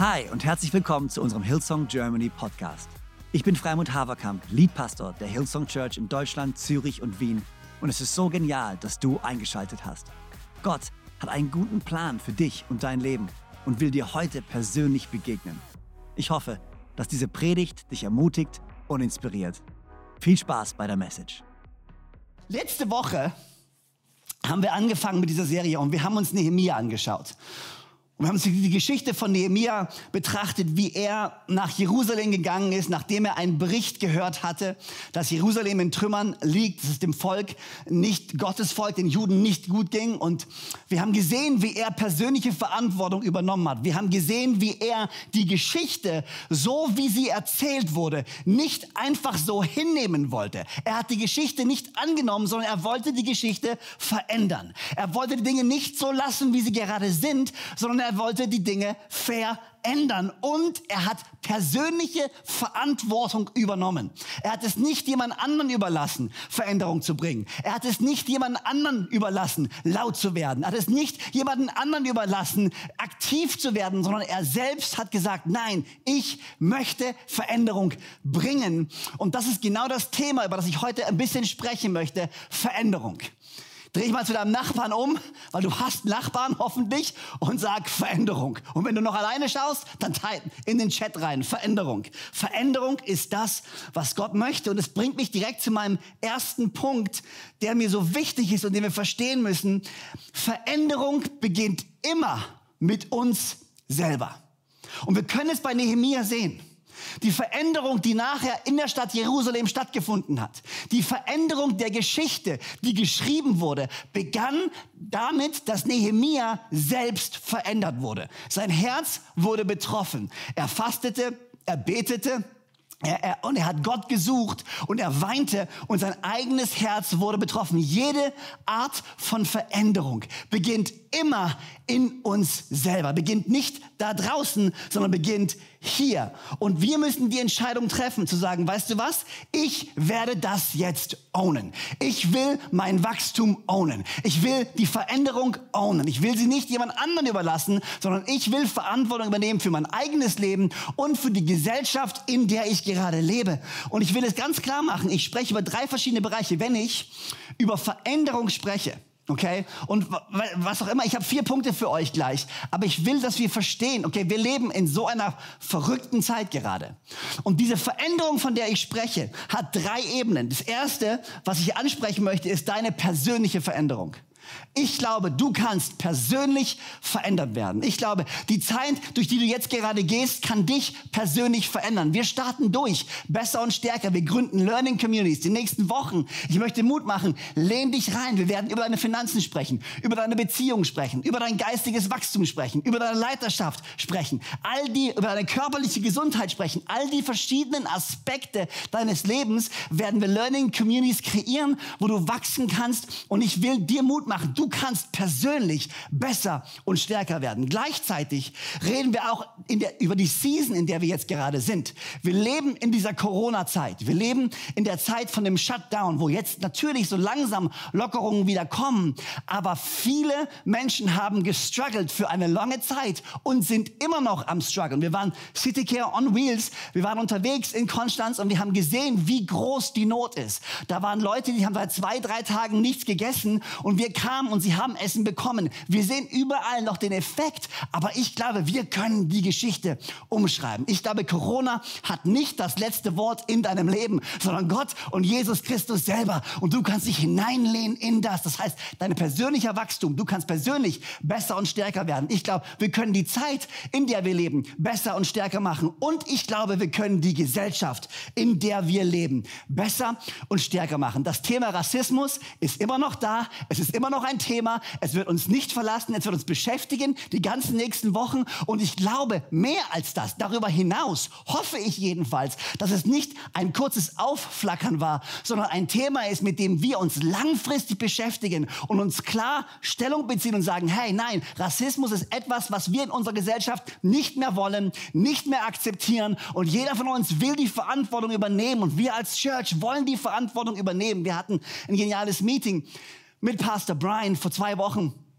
Hi und herzlich willkommen zu unserem Hillsong Germany Podcast. Ich bin Freimund Haverkamp, Leadpastor der Hillsong Church in Deutschland, Zürich und Wien. Und es ist so genial, dass du eingeschaltet hast. Gott hat einen guten Plan für dich und dein Leben und will dir heute persönlich begegnen. Ich hoffe, dass diese Predigt dich ermutigt und inspiriert. Viel Spaß bei der Message. Letzte Woche haben wir angefangen mit dieser Serie und wir haben uns Nehemia angeschaut. Und wir haben uns die Geschichte von Nehemia betrachtet, wie er nach Jerusalem gegangen ist, nachdem er einen Bericht gehört hatte, dass Jerusalem in Trümmern liegt, dass es dem Volk nicht, Gottes Volk, den Juden nicht gut ging. Und wir haben gesehen, wie er persönliche Verantwortung übernommen hat. Wir haben gesehen, wie er die Geschichte, so wie sie erzählt wurde, nicht einfach so hinnehmen wollte. Er hat die Geschichte nicht angenommen, sondern er wollte die Geschichte verändern. Er wollte die Dinge nicht so lassen, wie sie gerade sind, sondern er wollte die Dinge verändern und er hat persönliche Verantwortung übernommen. Er hat es nicht jemand anderen überlassen, Veränderung zu bringen. Er hat es nicht jemand anderen überlassen, laut zu werden. Er hat es nicht jemanden anderen überlassen, aktiv zu werden, sondern er selbst hat gesagt, nein, ich möchte Veränderung bringen. Und das ist genau das Thema, über das ich heute ein bisschen sprechen möchte, Veränderung. Dreh dich mal zu deinem Nachbarn um, weil du hast Nachbarn hoffentlich, und sag Veränderung. Und wenn du noch alleine schaust, dann type in den Chat rein, Veränderung. Veränderung ist das, was Gott möchte. Und es bringt mich direkt zu meinem ersten Punkt, der mir so wichtig ist und den wir verstehen müssen. Veränderung beginnt immer mit uns selber. Und wir können es bei Nehemia sehen. Die Veränderung, die nachher in der Stadt Jerusalem stattgefunden hat, die Veränderung der Geschichte, die geschrieben wurde, begann damit, dass Nehemia selbst verändert wurde. Sein Herz wurde betroffen. Er fastete, er betete, und er hat Gott gesucht und er weinte und sein eigenes Herz wurde betroffen. Jede Art von Veränderung beginnt immer in uns selber, beginnt nicht da draußen, sondern beginnt hier. Und wir müssen die Entscheidung treffen, zu sagen, weißt du was? Ich werde das jetzt ownen. Ich will mein Wachstum ownen. Ich will die Veränderung ownen. Ich will sie nicht jemand anderen überlassen, sondern ich will Verantwortung übernehmen für mein eigenes Leben und für die Gesellschaft, in der ich gerade lebe. Und ich will es ganz klar machen, ich spreche über 3 verschiedene Bereiche, wenn ich über Veränderung spreche. Okay? Und was auch immer, ich habe 4 Punkte für euch gleich. Aber ich will, dass wir verstehen, okay, wir leben in so einer verrückten Zeit gerade. Und diese Veränderung, von der ich spreche, hat 3 Ebenen. Das erste, was ich ansprechen möchte, ist deine persönliche Veränderung. Ich glaube, du kannst persönlich verändert werden. Ich glaube, die Zeit, durch die du jetzt gerade gehst, kann dich persönlich verändern. Wir starten durch, besser und stärker. Wir gründen Learning Communities die nächsten Wochen. Ich möchte Mut machen, lehn dich rein. Wir werden über deine Finanzen sprechen, über deine Beziehung sprechen, über dein geistiges Wachstum sprechen, über deine Leiterschaft sprechen, über deine körperliche Gesundheit sprechen. All die verschiedenen Aspekte deines Lebens werden wir Learning Communities kreieren, wo du wachsen kannst. Und ich will dir Mut machen. Du kannst persönlich besser und stärker werden. Gleichzeitig reden wir auch über die Season, in der wir jetzt gerade sind. Wir leben in dieser Corona-Zeit. Wir leben in der Zeit von dem Shutdown, wo jetzt natürlich so langsam Lockerungen wieder kommen. Aber viele Menschen haben gestruggelt für eine lange Zeit und sind immer noch am Struggeln. Wir waren CityCare on Wheels. Wir waren unterwegs in Konstanz und wir haben gesehen, wie groß die Not ist. Da waren Leute, die haben seit 2-3 Tagen nichts gegessen und wir kamen und sie haben Essen bekommen. Wir sehen überall noch den Effekt, aber ich glaube, wir können die Geschichte umschreiben. Ich glaube, Corona hat nicht das letzte Wort in deinem Leben, sondern Gott und Jesus Christus selber. Und du kannst dich hineinlehnen in das. Das heißt, dein persönlicher Wachstum, du kannst persönlich besser und stärker werden. Ich glaube, wir können die Zeit, in der wir leben, besser und stärker machen. Und ich glaube, wir können die Gesellschaft, in der wir leben, besser und stärker machen. Das Thema Rassismus ist immer noch da. Es ist immer noch ein Thema. Es wird uns nicht verlassen. Es wird uns beschäftigen die ganzen nächsten Wochen. Und ich glaube, mehr als das, darüber hinaus, hoffe ich jedenfalls, dass es nicht ein kurzes Aufflackern war, sondern ein Thema ist, mit dem wir uns langfristig beschäftigen und uns klar Stellung beziehen und sagen, hey, nein, Rassismus ist etwas, was wir in unserer Gesellschaft nicht mehr wollen, nicht mehr akzeptieren. Und jeder von uns will die Verantwortung übernehmen. Und wir als Church wollen die Verantwortung übernehmen. Wir hatten ein geniales Meeting mit Pastor Brian vor 2 Wochen.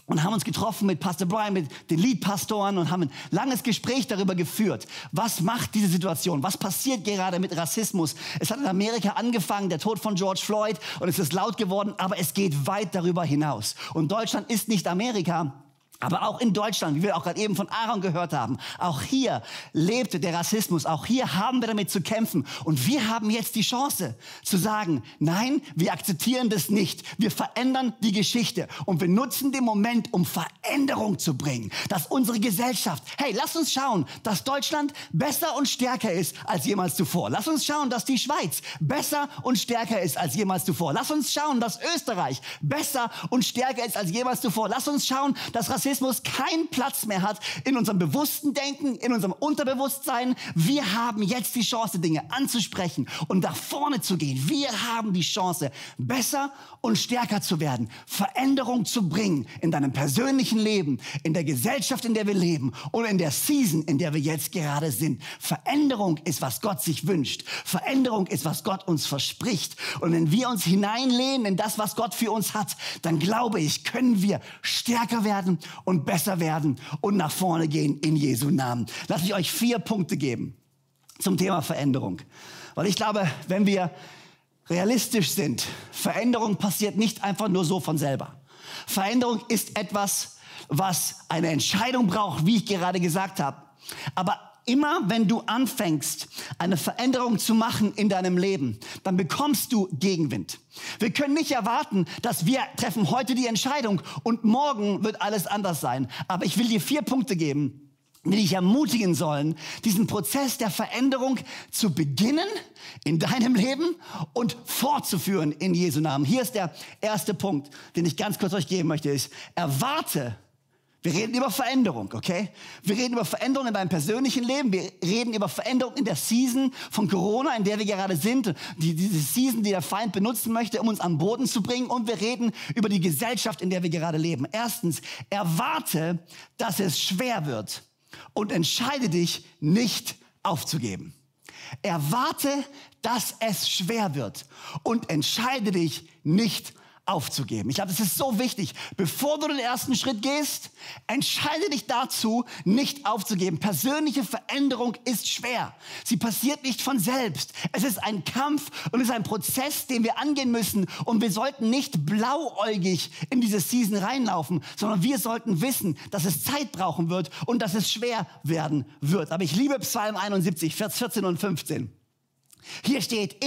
und haben uns getroffen mit Pastor Brian, mit den Leadpastoren und haben ein langes Gespräch darüber geführt. Was macht diese Situation? Was passiert gerade mit Rassismus? Es hat in Amerika angefangen, der Tod von George Floyd, und es ist laut geworden, aber es geht weit darüber hinaus. Und Deutschland ist nicht Amerika. Aber auch in Deutschland, wie wir auch gerade eben von Aaron gehört haben, auch hier lebt der Rassismus, auch hier haben wir damit zu kämpfen. Und wir haben jetzt die Chance zu sagen, nein, wir akzeptieren das nicht. Wir verändern die Geschichte und wir nutzen den Moment, um Veränderung zu bringen. Dass unsere Gesellschaft, hey, lass uns schauen, dass Deutschland besser und stärker ist als jemals zuvor. Lass uns schauen, dass die Schweiz besser und stärker ist als jemals zuvor. Lass uns schauen, dass Österreich besser und stärker ist als jemals zuvor. Lass uns schauen, dass Rassismus keinen Platz mehr hat in unserem bewussten Denken, in unserem Unterbewusstsein. Wir haben jetzt die Chance, Dinge anzusprechen und nach vorne zu gehen. Wir haben die Chance, besser und stärker zu werden, Veränderung zu bringen in deinem persönlichen Leben, in der Gesellschaft, in der wir leben und in der Season, in der wir jetzt gerade sind. Veränderung ist, was Gott sich wünscht. Veränderung ist, was Gott uns verspricht. Und wenn wir uns hineinlehnen in das, was Gott für uns hat, dann glaube ich, können wir stärker werden und besser werden und nach vorne gehen in Jesu Namen. Lass mich euch 4 Punkte geben zum Thema Veränderung. Weil ich glaube, wenn wir realistisch sind, Veränderung passiert nicht einfach nur so von selber. Veränderung ist etwas, was eine Entscheidung braucht, wie ich gerade gesagt habe. Aber immer wenn du anfängst, eine Veränderung zu machen in deinem Leben, dann bekommst du Gegenwind. Wir können nicht erwarten, dass wir treffen heute die Entscheidung und morgen wird alles anders sein. Aber ich will dir 4 Punkte geben, die dich ermutigen sollen, diesen Prozess der Veränderung zu beginnen in deinem Leben und fortzuführen in Jesu Namen. Hier ist der erste Punkt, den ich ganz kurz euch geben möchte, ist: Erwarte. Wir reden über Veränderung, okay? Wir reden über Veränderung in deinem persönlichen Leben. Wir reden über Veränderung in der Season von Corona, in der wir gerade sind. Diese Season, die der Feind benutzen möchte, um uns am Boden zu bringen. Und wir reden über die Gesellschaft, in der wir gerade leben. Erstens, erwarte, dass es schwer wird und entscheide dich, nicht aufzugeben. Erwarte, dass es schwer wird und entscheide dich, nicht aufzugeben. Ich glaube, das ist so wichtig. Bevor du den ersten Schritt gehst, entscheide dich dazu, nicht aufzugeben. Persönliche Veränderung ist schwer. Sie passiert nicht von selbst. Es ist ein Kampf und es ist ein Prozess, den wir angehen müssen. Und wir sollten nicht blauäugig in diese Season reinlaufen, sondern wir sollten wissen, dass es Zeit brauchen wird und dass es schwer werden wird. Aber ich liebe Psalm 71, Vers 14 und 15. Hier steht: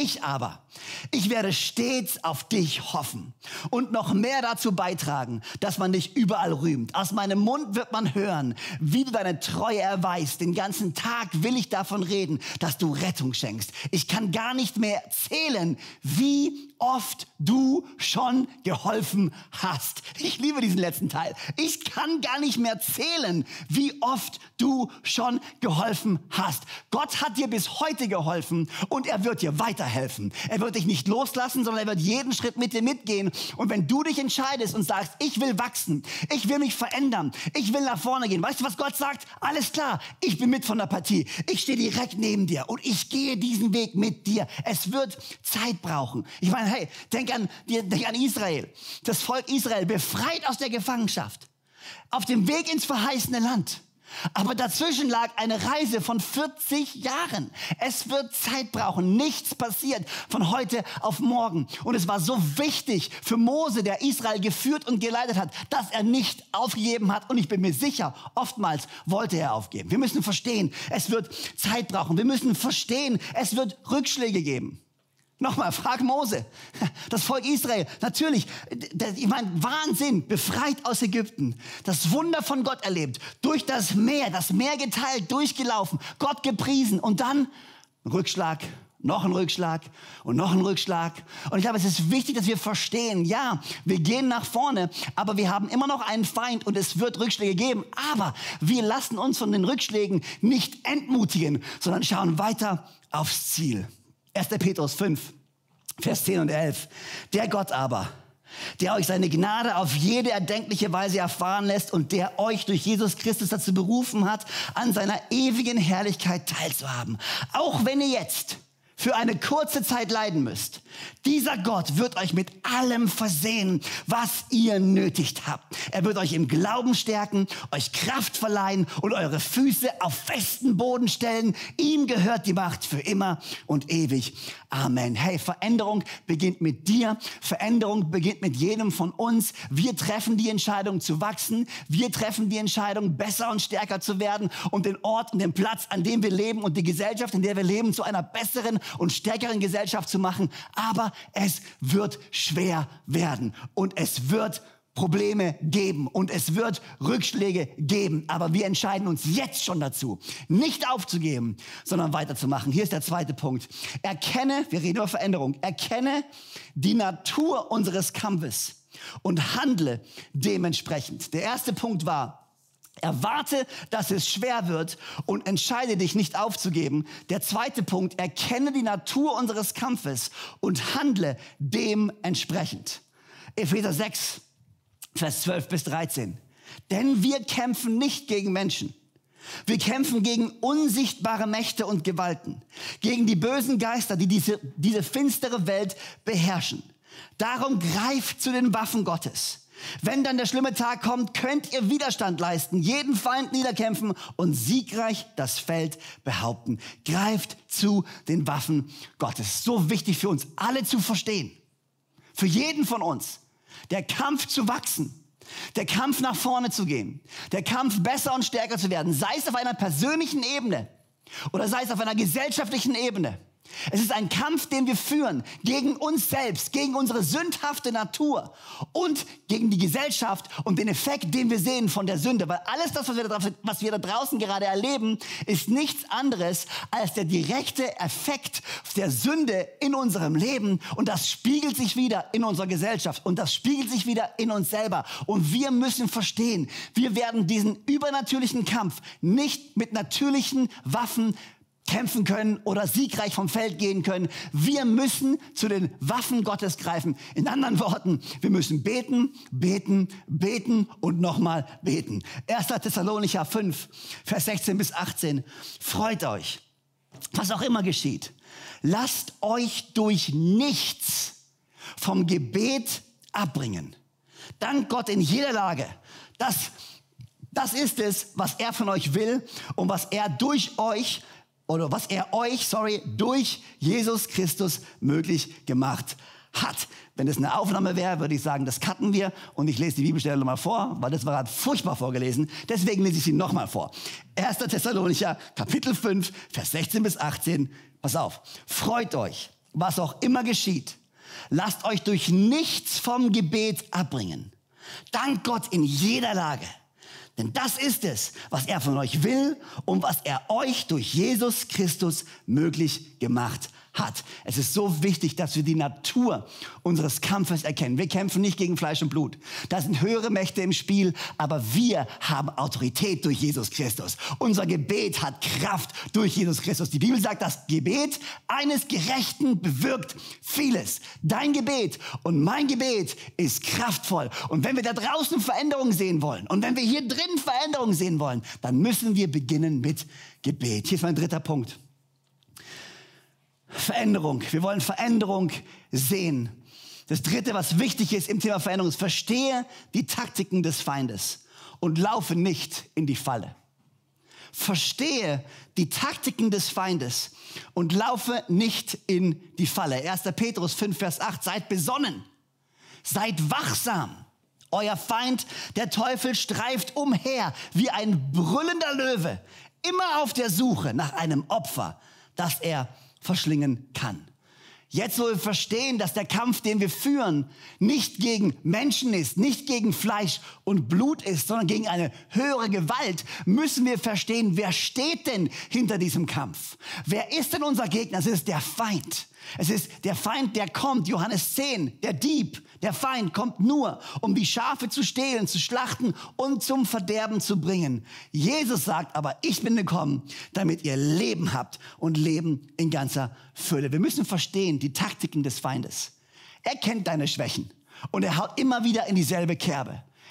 ich werde stets auf dich hoffen und noch mehr dazu beitragen, dass man dich überall rühmt. Aus meinem Mund wird man hören, wie du deine Treue erweist. Den ganzen Tag will ich davon reden, dass du Rettung schenkst. Ich kann gar nicht mehr zählen, wie oft du schon geholfen hast. Ich liebe diesen letzten Teil. Ich kann gar nicht mehr zählen, wie oft du schon geholfen hast. Gott hat dir bis heute geholfen und er wird dir weiterhelfen. Er wird dich nicht loslassen, sondern er wird jeden Schritt mit dir mitgehen. Und wenn du dich entscheidest und sagst, ich will wachsen, ich will mich verändern, ich will nach vorne gehen, weißt du, was Gott sagt? Alles klar, ich bin mit von der Partie. Ich stehe direkt neben dir und ich gehe diesen Weg mit dir. Es wird Zeit brauchen. Ich meine, hey, denk an Israel. Das Volk Israel, befreit aus der Gefangenschaft, auf dem Weg ins verheißene Land. Aber dazwischen lag eine Reise von 40 Jahren. Es wird Zeit brauchen. Nichts passiert von heute auf morgen. Und es war so wichtig für Mose, der Israel geführt und geleitet hat, dass er nicht aufgegeben hat. Und ich bin mir sicher, oftmals wollte er aufgeben. Wir müssen verstehen, es wird Zeit brauchen. Wir müssen verstehen, es wird Rückschläge geben. Nochmal, frag Mose, das Volk Israel, natürlich, ich meine, Wahnsinn, befreit aus Ägypten, das Wunder von Gott erlebt, durch das Meer geteilt, durchgelaufen, Gott gepriesen und dann ein Rückschlag, noch ein Rückschlag und noch ein Rückschlag. Und ich glaube, es ist wichtig, dass wir verstehen, ja, wir gehen nach vorne, aber wir haben immer noch einen Feind und es wird Rückschläge geben, aber wir lassen uns von den Rückschlägen nicht entmutigen, sondern schauen weiter aufs Ziel. 1. Petrus 5, Vers 10 und 11. Der Gott aber, der euch seine Gnade auf jede erdenkliche Weise erfahren lässt und der euch durch Jesus Christus dazu berufen hat, an seiner ewigen Herrlichkeit teilzuhaben. Auch wenn ihr jetzt für eine kurze Zeit leiden müsst, Dieser Gott wird euch mit allem versehen, was ihr nötigt habt. Er wird euch im Glauben stärken, euch Kraft verleihen und eure Füße auf festen Boden stellen. Ihm gehört die Macht für immer und ewig. Amen. Hey, Veränderung beginnt mit dir. Veränderung beginnt mit jedem von uns. Wir treffen die Entscheidung zu wachsen. Wir treffen die Entscheidung, besser und stärker zu werden und den Ort und den Platz, an dem wir leben und die Gesellschaft, in der wir leben, zu einer besseren und stärkeren Gesellschaft zu machen. Aber es wird schwer werden und es wird Probleme geben und es wird Rückschläge geben. Aber wir entscheiden uns jetzt schon dazu, nicht aufzugeben, sondern weiterzumachen. Hier ist der zweite Punkt. Wir reden über Veränderung, erkenne die Natur unseres Kampfes und handle dementsprechend. Der erste Punkt war, erwarte, dass es schwer wird und entscheide dich nicht aufzugeben. Der zweite Punkt, erkenne die Natur unseres Kampfes und handle dementsprechend. Epheser 6, Vers 12 bis 13. Denn wir kämpfen nicht gegen Menschen. Wir kämpfen gegen unsichtbare Mächte und Gewalten, gegen die bösen Geister, die diese finstere Welt beherrschen. Darum greift zu den Waffen Gottes. Wenn dann der schlimme Tag kommt, könnt ihr Widerstand leisten, jeden Feind niederkämpfen und siegreich das Feld behaupten. Greift zu den Waffen Gottes. So wichtig für uns alle zu verstehen. Für jeden von uns. Der Kampf zu wachsen. Der Kampf nach vorne zu gehen. Der Kampf besser und stärker zu werden. Sei es auf einer persönlichen Ebene oder sei es auf einer gesellschaftlichen Ebene. Es ist ein Kampf, den wir führen gegen uns selbst, gegen unsere sündhafte Natur und gegen die Gesellschaft und den Effekt, den wir sehen von der Sünde. Weil alles das, was wir da draußen gerade erleben, ist nichts anderes als der direkte Effekt der Sünde in unserem Leben. Und das spiegelt sich wieder in unserer Gesellschaft und das spiegelt sich wieder in uns selber. Und wir müssen verstehen, wir werden diesen übernatürlichen Kampf nicht mit natürlichen Waffen kämpfen können oder siegreich vom Feld gehen können. Wir müssen zu den Waffen Gottes greifen. In anderen Worten, wir müssen beten, beten, beten und nochmal beten. 1. Thessalonicher 5, Vers 16 bis 18. Freut euch, was auch immer geschieht. Lasst euch durch nichts vom Gebet abbringen. Dank Gott in jeder Lage. Das ist es, was er von euch will und was er durch euch durch Jesus Christus möglich gemacht hat. Wenn es eine Aufnahme wäre, würde ich sagen, das cutten wir und ich lese die Bibelstelle nochmal vor, weil das war gerade furchtbar vorgelesen. Deswegen lese ich sie nochmal vor. 1. Thessalonicher, Kapitel 5, Vers 16 bis 18. Pass auf. Freut euch, was auch immer geschieht. Lasst euch durch nichts vom Gebet abbringen. Dank Gott in jeder Lage. Denn das ist es, was er von euch will und was er euch durch Jesus Christus möglich gemacht hat. Es ist so wichtig, dass wir die Natur unseres Kampfes erkennen. Wir kämpfen nicht gegen Fleisch und Blut. Da sind höhere Mächte im Spiel, aber wir haben Autorität durch Jesus Christus. Unser Gebet hat Kraft durch Jesus Christus. Die Bibel sagt, das Gebet eines Gerechten bewirkt vieles. Dein Gebet und mein Gebet ist kraftvoll. Und wenn wir da draußen Veränderungen sehen wollen und wenn wir hier drin Veränderungen sehen wollen, dann müssen wir beginnen mit Gebet. Hier ist mein dritter Punkt. Veränderung. Wir wollen Veränderung sehen. Das dritte, was wichtig ist im Thema Veränderung, ist, verstehe die Taktiken des Feindes und laufe nicht in die Falle. Verstehe die Taktiken des Feindes und laufe nicht in die Falle. 1. Petrus 5, Vers 8. Seid besonnen. Seid wachsam. Euer Feind, der Teufel, streift umher wie ein brüllender Löwe, immer auf der Suche nach einem Opfer, das er verschlingen kann. Jetzt, wo wir verstehen, dass der Kampf, den wir führen, nicht gegen Menschen ist, nicht gegen Fleisch und Blut ist, sondern gegen eine höhere Gewalt, müssen wir verstehen, wer steht denn hinter diesem Kampf? Wer ist denn unser Gegner? Es ist der Feind. Es ist der Feind, der kommt, Johannes 10, der Dieb, der Feind kommt nur, um die Schafe zu stehlen, zu schlachten und zum Verderben zu bringen. Jesus sagt aber, ich bin gekommen, damit ihr Leben habt und Leben in ganzer Fülle. Wir müssen verstehen, die Taktiken des Feindes. Er kennt deine Schwächen und er haut immer wieder in dieselbe Kerbe.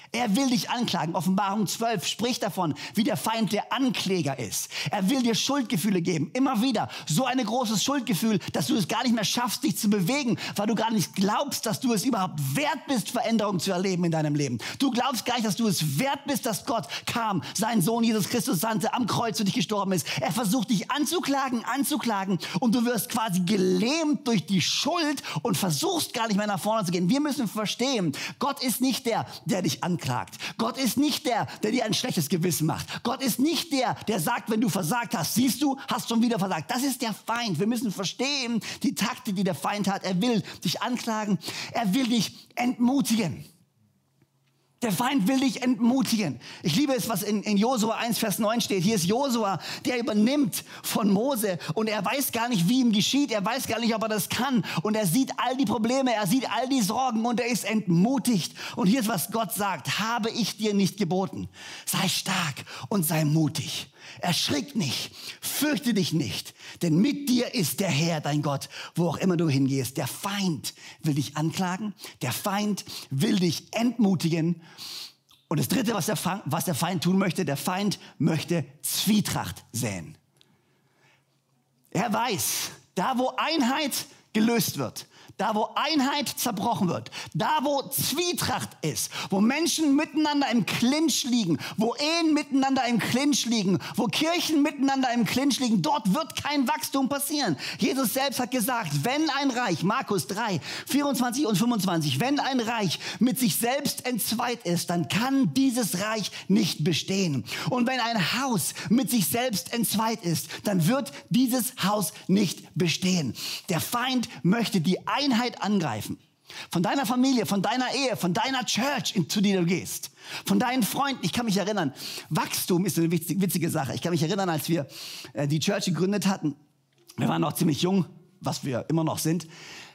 Er will dich anklagen. Offenbarung 12 spricht davon, wie der Feind der Ankläger ist. Er will dir Schuldgefühle geben, immer wieder. So ein großes Schuldgefühl, dass du es gar nicht mehr schaffst, dich zu bewegen, weil du gar nicht glaubst, dass du es überhaupt wert bist, Veränderung zu erleben in deinem Leben. Du glaubst gar nicht, dass du es wert bist, dass Gott kam, seinen Sohn Jesus Christus sandte, am Kreuz für dich gestorben ist. Er versucht dich anzuklagen und du wirst quasi gelähmt durch die Schuld und versuchst gar nicht mehr nach vorne zu gehen. Wir müssen verstehen, Gott ist nicht der dich anklagt. Gott ist nicht der dir ein schlechtes Gewissen macht. Gott ist nicht der sagt, wenn du versagt hast, siehst du, hast schon wieder versagt. Das ist der Feind. Wir müssen verstehen, die Taktik, die der Feind hat. Er will dich anklagen. Er will dich entmutigen. Der Feind will dich entmutigen. Ich liebe es, was in Josua 1, Vers 9 steht. Hier ist Josua, der übernimmt von Mose und er weiß gar nicht, wie ihm geschieht. Er weiß gar nicht, ob er das kann. Und er sieht all die Probleme, er sieht all die Sorgen und er ist entmutigt. Und hier ist, was Gott sagt. Habe ich dir nicht geboten? Sei stark und sei mutig. Erschrick nicht, fürchte dich nicht, denn mit dir ist der Herr, dein Gott, wo auch immer du hingehst. Der Feind will dich anklagen, der Feind will dich entmutigen. Und das Dritte, was der Feind tun möchte, der Feind möchte Zwietracht säen. Er weiß, da wo Einheit gelöst wird, da wo Einheit zerbrochen wird, da wo Zwietracht ist, wo Menschen miteinander im Clinch liegen, wo Ehen miteinander im Clinch liegen, wo Kirchen miteinander im Clinch liegen, dort wird kein Wachstum passieren. Jesus selbst hat gesagt, wenn ein Reich, Markus 3, 24 und 25, wenn ein Reich mit sich selbst entzweit ist, dann kann dieses Reich nicht bestehen. Und wenn ein Haus mit sich selbst entzweit ist, dann wird dieses Haus nicht bestehen. Der Feind möchte die Einheit angreifen. Von deiner Familie, von deiner Ehe, von deiner Church, zu der du gehst. Von deinen Freunden. Ich kann mich erinnern, Wachstum ist eine witzige Sache. Ich kann mich erinnern, als wir die Church gegründet hatten. Wir waren noch ziemlich jung, was wir immer noch sind.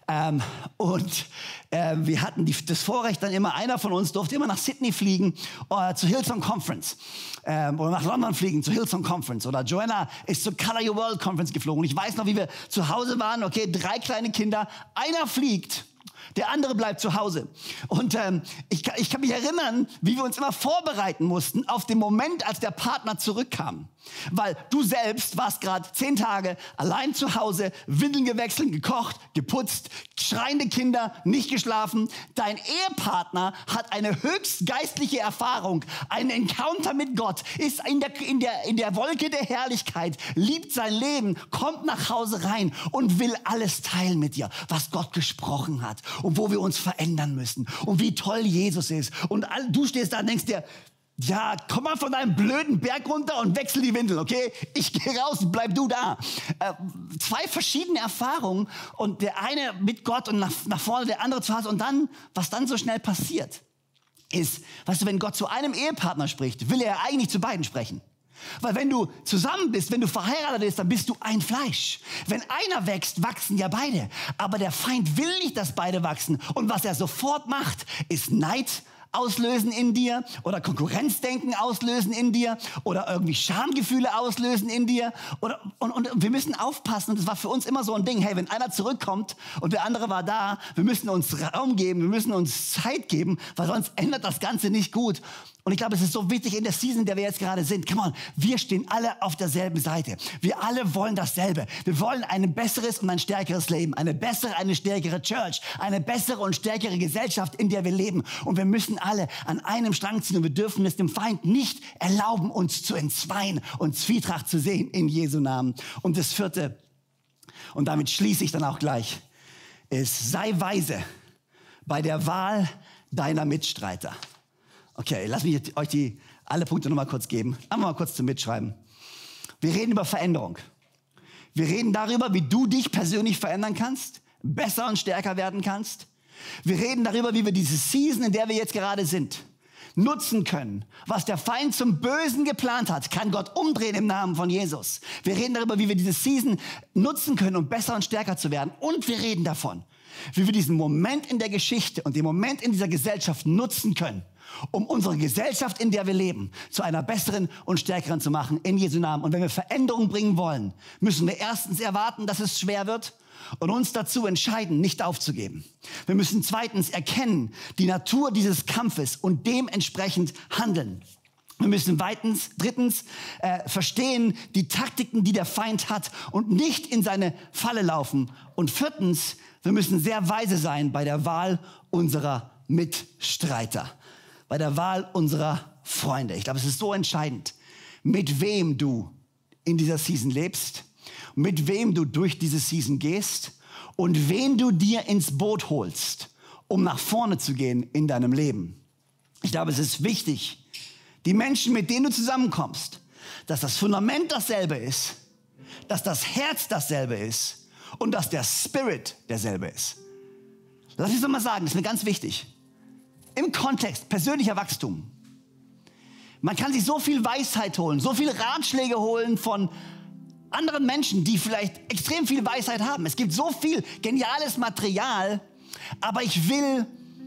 Wir hatten das Vorrecht, dann immer, einer von uns durfte immer nach Sydney fliegen, zur Hillsong Conference. Oder nach London fliegen, zur Hillsong Conference. Oder Joanna ist zur Color Your World Conference geflogen. Und ich weiß noch, wie wir zu Hause waren, okay, 3 kleine Kinder, einer fliegt, der andere bleibt zu Hause. Und ich kann mich erinnern, wie wir uns immer vorbereiten mussten auf den Moment, als der Partner zurückkam. Weil du selbst warst gerade 10 Tage allein zu Hause, Windeln gewechselt, gekocht, geputzt, schreiende Kinder, nicht geschlafen. Dein Ehepartner hat eine höchst geistliche Erfahrung, einen Encounter mit Gott, ist in der Wolke der Herrlichkeit, liebt sein Leben, kommt nach Hause rein und will alles teilen mit dir, was Gott gesprochen hat und wo wir uns verändern müssen und wie toll Jesus ist. Und du stehst da und denkst dir, ja, komm mal von deinem blöden Berg runter und wechsel die Windel, okay? Ich gehe raus, bleib du da. 2 verschiedene Erfahrungen und der eine mit Gott und nach vorne, der andere zu Hause. Und dann, was dann so schnell passiert, ist, weißt du, wenn Gott zu einem Ehepartner spricht, will er eigentlich zu beiden sprechen. Weil wenn du zusammen bist, wenn du verheiratet bist, dann bist du ein Fleisch. Wenn einer wächst, wachsen ja beide. Aber der Feind will nicht, dass beide wachsen. Und was er sofort macht, ist Neid auslösen in dir oder Konkurrenzdenken auslösen in dir oder irgendwie Schamgefühle auslösen in dir. Und wir müssen aufpassen. Und das war für uns immer so ein Ding. Hey, wenn einer zurückkommt und der andere war da, wir müssen uns Raum geben, wir müssen uns Zeit geben, weil sonst ändert das Ganze nicht gut. Und ich glaube, es ist so wichtig in der Season, in der wir jetzt gerade sind. Come on, wir stehen alle auf derselben Seite. Wir alle wollen dasselbe. Wir wollen ein besseres und ein stärkeres Leben. Eine bessere, eine stärkere Church. Eine bessere und stärkere Gesellschaft, in der wir leben. Und wir müssen alle an einem Strang ziehen. Und wir dürfen es dem Feind nicht erlauben, uns zu entzweien und Zwietracht zu sehen in Jesu Namen. Und das 4. und damit schließe ich dann auch gleich, ist, sei weise bei der Wahl deiner Mitstreiter. Okay, lasst mich euch alle Punkte nochmal kurz geben. Einfach mal kurz zum Mitschreiben. Wir reden über Veränderung. Wir reden darüber, wie du dich persönlich verändern kannst, besser und stärker werden kannst. Wir reden darüber, wie wir diese Season, in der wir jetzt gerade sind, nutzen können. Was der Feind zum Bösen geplant hat, kann Gott umdrehen im Namen von Jesus. Wir reden darüber, wie wir diese Season nutzen können, um besser und stärker zu werden. Und wir reden davon, wie wir diesen Moment in der Geschichte und den Moment in dieser Gesellschaft nutzen können, um unsere Gesellschaft, in der wir leben, zu einer besseren und stärkeren zu machen, in Jesu Namen. Und wenn wir Veränderung bringen wollen, müssen wir erstens erwarten, dass es schwer wird und uns dazu entscheiden, nicht aufzugeben. Wir müssen zweitens erkennen die Natur dieses Kampfes und dementsprechend handeln. Wir müssen drittens verstehen die Taktiken, die der Feind hat und nicht in seine Falle laufen. Und viertens, wir müssen sehr weise sein bei der Wahl unserer Mitstreiter, bei der Wahl unserer Freunde. Ich glaube, es ist so entscheidend, mit wem du in dieser Season lebst, mit wem du durch diese Season gehst und wen du dir ins Boot holst, um nach vorne zu gehen in deinem Leben. Ich glaube, es ist wichtig, die Menschen, mit denen du zusammenkommst, dass das Fundament dasselbe ist, dass das Herz dasselbe ist und dass der Spirit derselbe ist. Lass mich es nochmal sagen, das ist mir ganz wichtig. Im Kontext persönlicher Wachstum. Man kann sich so viel Weisheit holen, so viele Ratschläge holen von anderen Menschen, die vielleicht extrem viel Weisheit haben. Es gibt so viel geniales Material, aber ich will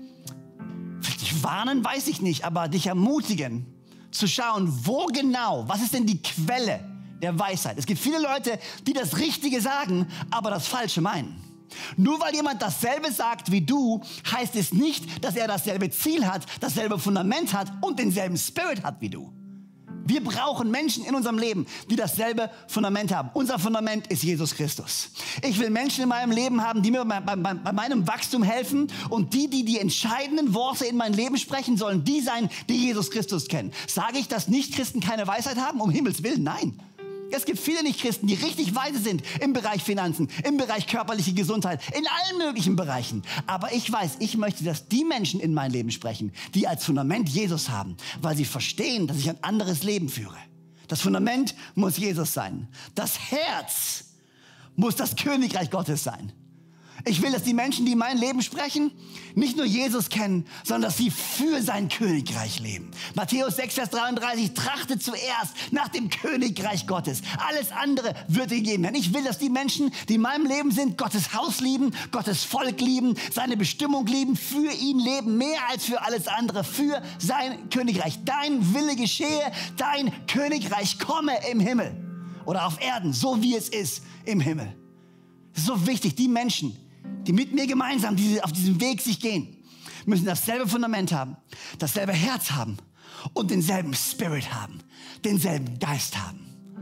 dich warnen, weiß ich nicht, aber dich ermutigen, zu schauen, wo genau, was ist denn die Quelle der Weisheit? Es gibt viele Leute, die das Richtige sagen, aber das Falsche meinen. Nur weil jemand dasselbe sagt wie du, heißt es nicht, dass er dasselbe Ziel hat, dasselbe Fundament hat und denselben Spirit hat wie du. Wir brauchen Menschen in unserem Leben, die dasselbe Fundament haben. Unser Fundament ist Jesus Christus. Ich will Menschen in meinem Leben haben, die mir bei meinem Wachstum helfen und die entscheidenden Worte in mein Leben sprechen sollen, die sein, die Jesus Christus kennen. Sage ich, dass Nichtchristen keine Weisheit haben? Um Himmels Willen, nein. Es gibt viele Nichtchristen, die richtig weise sind im Bereich Finanzen, im Bereich körperliche Gesundheit, in allen möglichen Bereichen. Aber ich weiß, ich möchte, dass die Menschen in mein Leben sprechen, die als Fundament Jesus haben, weil sie verstehen, dass ich ein anderes Leben führe. Das Fundament muss Jesus sein. Das Herz muss das Königreich Gottes sein. Ich will, dass die Menschen, die in mein Leben sprechen, nicht nur Jesus kennen, sondern dass sie für sein Königreich leben. Matthäus 6, Vers 33, trachtet zuerst nach dem Königreich Gottes. Alles andere wird dir gegeben werden. Ich will, dass die Menschen, die in meinem Leben sind, Gottes Haus lieben, Gottes Volk lieben, seine Bestimmung lieben, für ihn leben, mehr als für alles andere, für sein Königreich. Dein Wille geschehe, dein Königreich komme im Himmel oder auf Erden, so wie es ist im Himmel. Es ist so wichtig, die Menschen, die mit mir gemeinsam auf diesem Weg sich gehen, müssen dasselbe Fundament haben, dasselbe Herz haben und denselben Spirit haben, denselben Geist haben.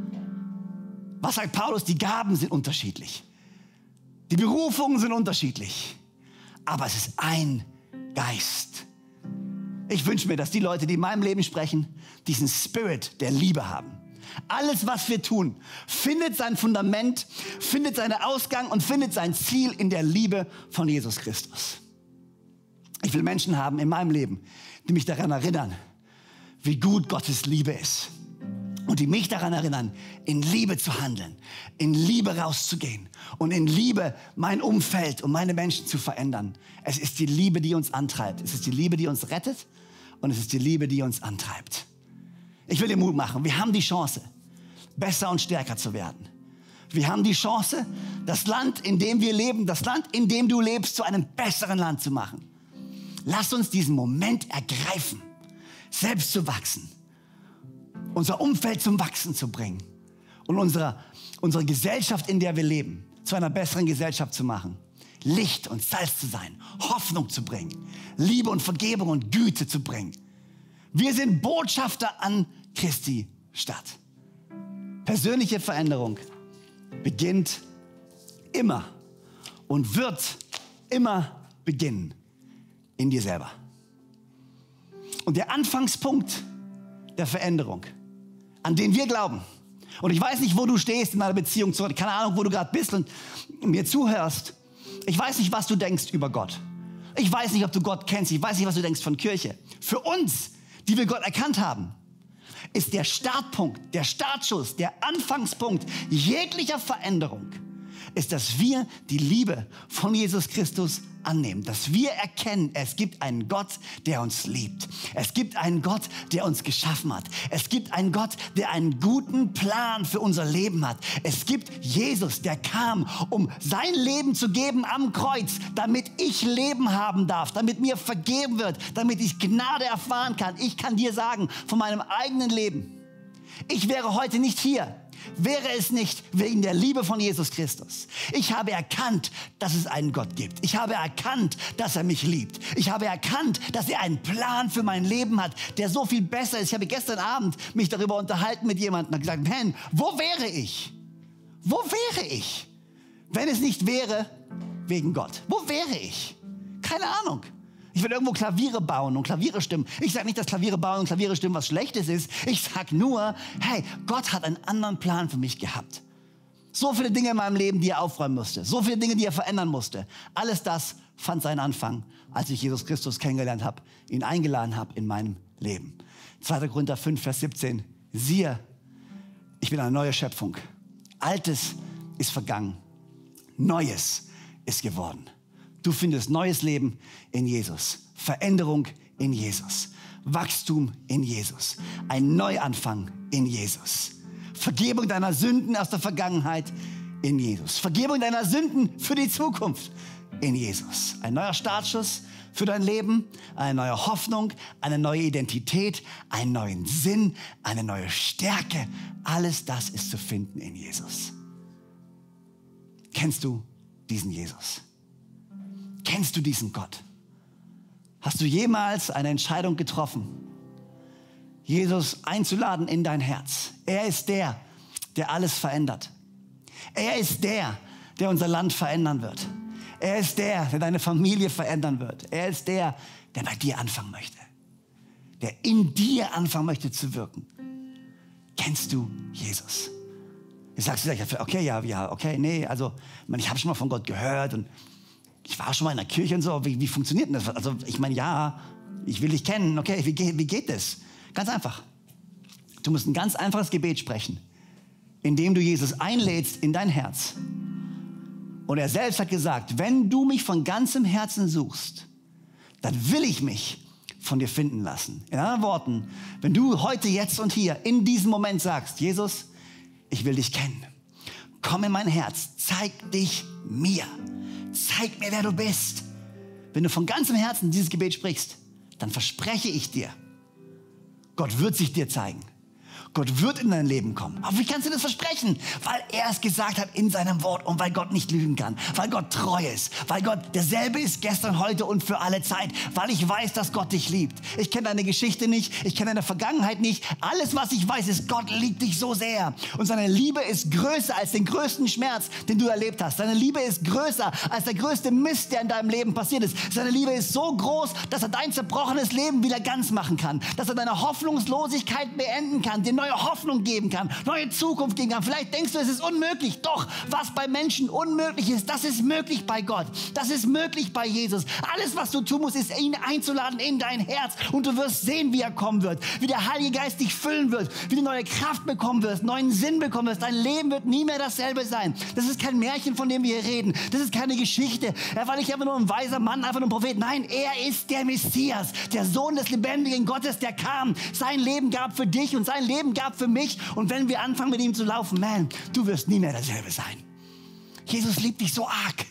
Was sagt Paulus? Die Gaben sind unterschiedlich. Die Berufungen sind unterschiedlich. Aber es ist ein Geist. Ich wünsche mir, dass die Leute, die in meinem Leben sprechen, diesen Spirit der Liebe haben. Alles, was wir tun, findet sein Fundament, findet seinen Ausgang und findet sein Ziel in der Liebe von Jesus Christus. Ich will Menschen haben in meinem Leben, die mich daran erinnern, wie gut Gottes Liebe ist. Und die mich daran erinnern, in Liebe zu handeln, in Liebe rauszugehen und in Liebe mein Umfeld und meine Menschen zu verändern. Es ist die Liebe, die uns antreibt. Es ist die Liebe, die uns rettet und es ist die Liebe, die uns antreibt. Ich will dir Mut machen. Wir haben die Chance, besser und stärker zu werden. Wir haben die Chance, das Land, in dem wir leben, das Land, in dem du lebst, zu einem besseren Land zu machen. Lass uns diesen Moment ergreifen, selbst zu wachsen, unser Umfeld zum Wachsen zu bringen und unsere Gesellschaft, in der wir leben, zu einer besseren Gesellschaft zu machen. Licht und Salz zu sein, Hoffnung zu bringen, Liebe und Vergebung und Güte zu bringen. Wir sind Botschafter an Christi Stadt. Persönliche Veränderung beginnt immer und wird immer beginnen in dir selber. Und der Anfangspunkt der Veränderung, an den wir glauben, und ich weiß nicht, wo du stehst in deiner Beziehung zu Gott, keine Ahnung, wo du gerade bist und mir zuhörst. Ich weiß nicht, was du denkst über Gott. Ich weiß nicht, ob du Gott kennst. Ich weiß nicht, was du denkst von Kirche. Für uns, die wir Gott erkannt haben, ist der Startpunkt, der Startschuss, der Anfangspunkt jeglicher Veränderung, ist, dass wir die Liebe von Jesus Christus annehmen, dass wir erkennen, es gibt einen Gott, der uns liebt. Es gibt einen Gott, der uns geschaffen hat. Es gibt einen Gott, der einen guten Plan für unser Leben hat. Es gibt Jesus, der kam, um sein Leben zu geben am Kreuz, damit ich Leben haben darf, damit mir vergeben wird, damit ich Gnade erfahren kann. Ich kann dir sagen, von meinem eigenen Leben, ich wäre heute nicht hier, wäre es nicht wegen der Liebe von Jesus Christus. Ich habe erkannt, dass es einen Gott gibt. Ich habe erkannt, dass er mich liebt. Ich habe erkannt, dass er einen Plan für mein Leben hat, der so viel besser ist. Ich habe gestern Abend mich darüber unterhalten mit jemandem und gesagt, man, wo wäre ich? Wo wäre ich, wenn es nicht wäre wegen Gott? Wo wäre ich? Keine Ahnung. Ich will irgendwo Klaviere bauen und Klaviere stimmen. Ich sage nicht, dass Klaviere bauen und Klaviere stimmen was Schlechtes ist. Ich sage nur, hey, Gott hat einen anderen Plan für mich gehabt. So viele Dinge in meinem Leben, die er aufräumen musste. So viele Dinge, die er verändern musste. Alles das fand seinen Anfang, als ich Jesus Christus kennengelernt habe, ihn eingeladen habe in meinem Leben. 2. Korinther 5, Vers 17. Siehe, ich bin eine neue Schöpfung. Altes ist vergangen. Neues ist geworden. Du findest neues Leben in Jesus, Veränderung in Jesus, Wachstum in Jesus, ein Neuanfang in Jesus, Vergebung deiner Sünden aus der Vergangenheit in Jesus, Vergebung deiner Sünden für die Zukunft in Jesus, ein neuer Startschuss für dein Leben, eine neue Hoffnung, eine neue Identität, einen neuen Sinn, eine neue Stärke. Alles das ist zu finden in Jesus. Kennst du diesen Jesus? Kennst du diesen Gott? Hast du jemals eine Entscheidung getroffen, Jesus einzuladen in dein Herz? Er ist der, der alles verändert. Er ist der, der unser Land verändern wird. Er ist der, der deine Familie verändern wird. Er ist der, der bei dir anfangen möchte. Der in dir anfangen möchte zu wirken. Kennst du Jesus? Ich sagst vielleicht, okay, okay, nee, also ich habe schon mal von Gott gehört und ich war schon mal in der Kirche und so. Wie funktioniert denn das? Also ich meine, ja, ich will dich kennen. Okay, wie geht das? Ganz einfach. Du musst ein ganz einfaches Gebet sprechen, indem du Jesus einlädst in dein Herz. Und er selbst hat gesagt, wenn du mich von ganzem Herzen suchst, dann will ich mich von dir finden lassen. In anderen Worten, wenn du heute, jetzt und hier in diesem Moment sagst, Jesus, ich will dich kennen. Komm in mein Herz, zeig dich mir. Zeig mir, wer du bist. Wenn du von ganzem Herzen dieses Gebet sprichst, dann verspreche ich dir, Gott wird sich dir zeigen. Gott wird in dein Leben kommen. Aber wie kannst du das versprechen? Weil er es gesagt hat in seinem Wort und weil Gott nicht lügen kann. Weil Gott treu ist. Weil Gott derselbe ist gestern, heute und für alle Zeit. Weil ich weiß, dass Gott dich liebt. Ich kenne deine Geschichte nicht. Ich kenne deine Vergangenheit nicht. Alles, was ich weiß, ist, Gott liebt dich so sehr. Und seine Liebe ist größer als den größten Schmerz, den du erlebt hast. Seine Liebe ist größer als der größte Mist, der in deinem Leben passiert ist. Seine Liebe ist so groß, dass er dein zerbrochenes Leben wieder ganz machen kann. Dass er deine Hoffnungslosigkeit beenden kann. Dir neue Hoffnung geben kann, neue Zukunft geben kann. Vielleicht denkst du, es ist unmöglich. Doch, was bei Menschen unmöglich ist, das ist möglich bei Gott. Das ist möglich bei Jesus. Alles, was du tun musst, ist, ihn einzuladen in dein Herz. Und du wirst sehen, wie er kommen wird. Wie der Heilige Geist dich füllen wird. Wie du neue Kraft bekommen wirst, neuen Sinn bekommen wirst. Dein Leben wird nie mehr dasselbe sein. Das ist kein Märchen, von dem wir hier reden. Das ist keine Geschichte. Er war nicht einfach nur ein weiser Mann, einfach nur ein Prophet. Nein, er ist der Messias, der Sohn des lebendigen Gottes, der kam, sein Leben gab für dich und sein Leben gab für mich. Und wenn wir anfangen, mit ihm zu laufen, man, du wirst nie mehr derselbe sein. Jesus liebt dich so arg.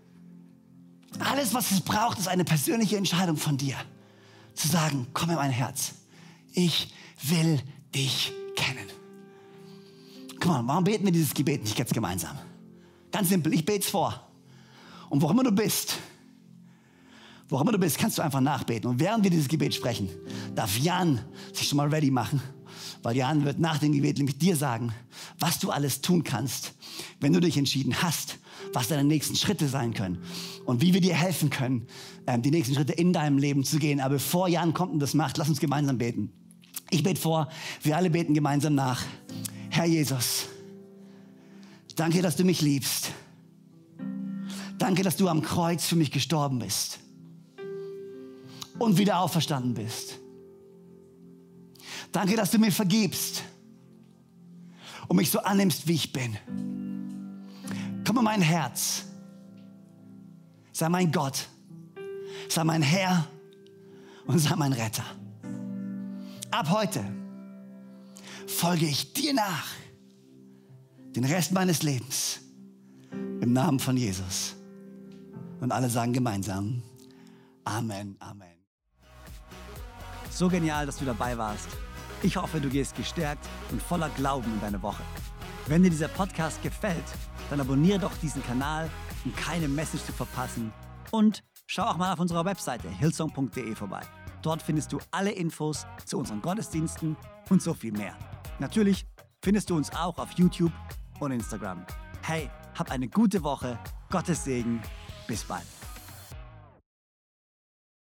Alles, was es braucht, ist eine persönliche Entscheidung von dir. Zu sagen, komm in mein Herz. Ich will dich kennen. Guck mal, warum beten wir dieses Gebet nicht jetzt gemeinsam? Ganz simpel, ich bete es vor. Und wo immer du bist, kannst du einfach nachbeten. Und während wir dieses Gebet sprechen, darf Jan sich schon mal ready machen. Weil Jan wird nach dem Gebet nämlich dir sagen, was du alles tun kannst, wenn du dich entschieden hast, was deine nächsten Schritte sein können und wie wir dir helfen können, die nächsten Schritte in deinem Leben zu gehen. Aber bevor Jan kommt und das macht, lass uns gemeinsam beten. Ich bete vor, wir alle beten gemeinsam nach. Herr Jesus, danke, dass du mich liebst. Danke, dass du am Kreuz für mich gestorben bist und wieder auferstanden bist. Danke, dass du mir vergibst und mich so annimmst, wie ich bin. Komm in mein Herz. Sei mein Gott. Sei mein Herr und sei mein Retter. Ab heute folge ich dir nach. Den Rest meines Lebens. Im Namen von Jesus. Und alle sagen gemeinsam Amen, Amen. So genial, dass du dabei warst. Ich hoffe, du gehst gestärkt und voller Glauben in deine Woche. Wenn dir dieser Podcast gefällt, dann abonniere doch diesen Kanal, um keine Message zu verpassen. Und schau auch mal auf unserer Webseite hillsong.de vorbei. Dort findest du alle Infos zu unseren Gottesdiensten und so viel mehr. Natürlich findest du uns auch auf YouTube und Instagram. Hey, hab eine gute Woche, Gottes Segen, bis bald.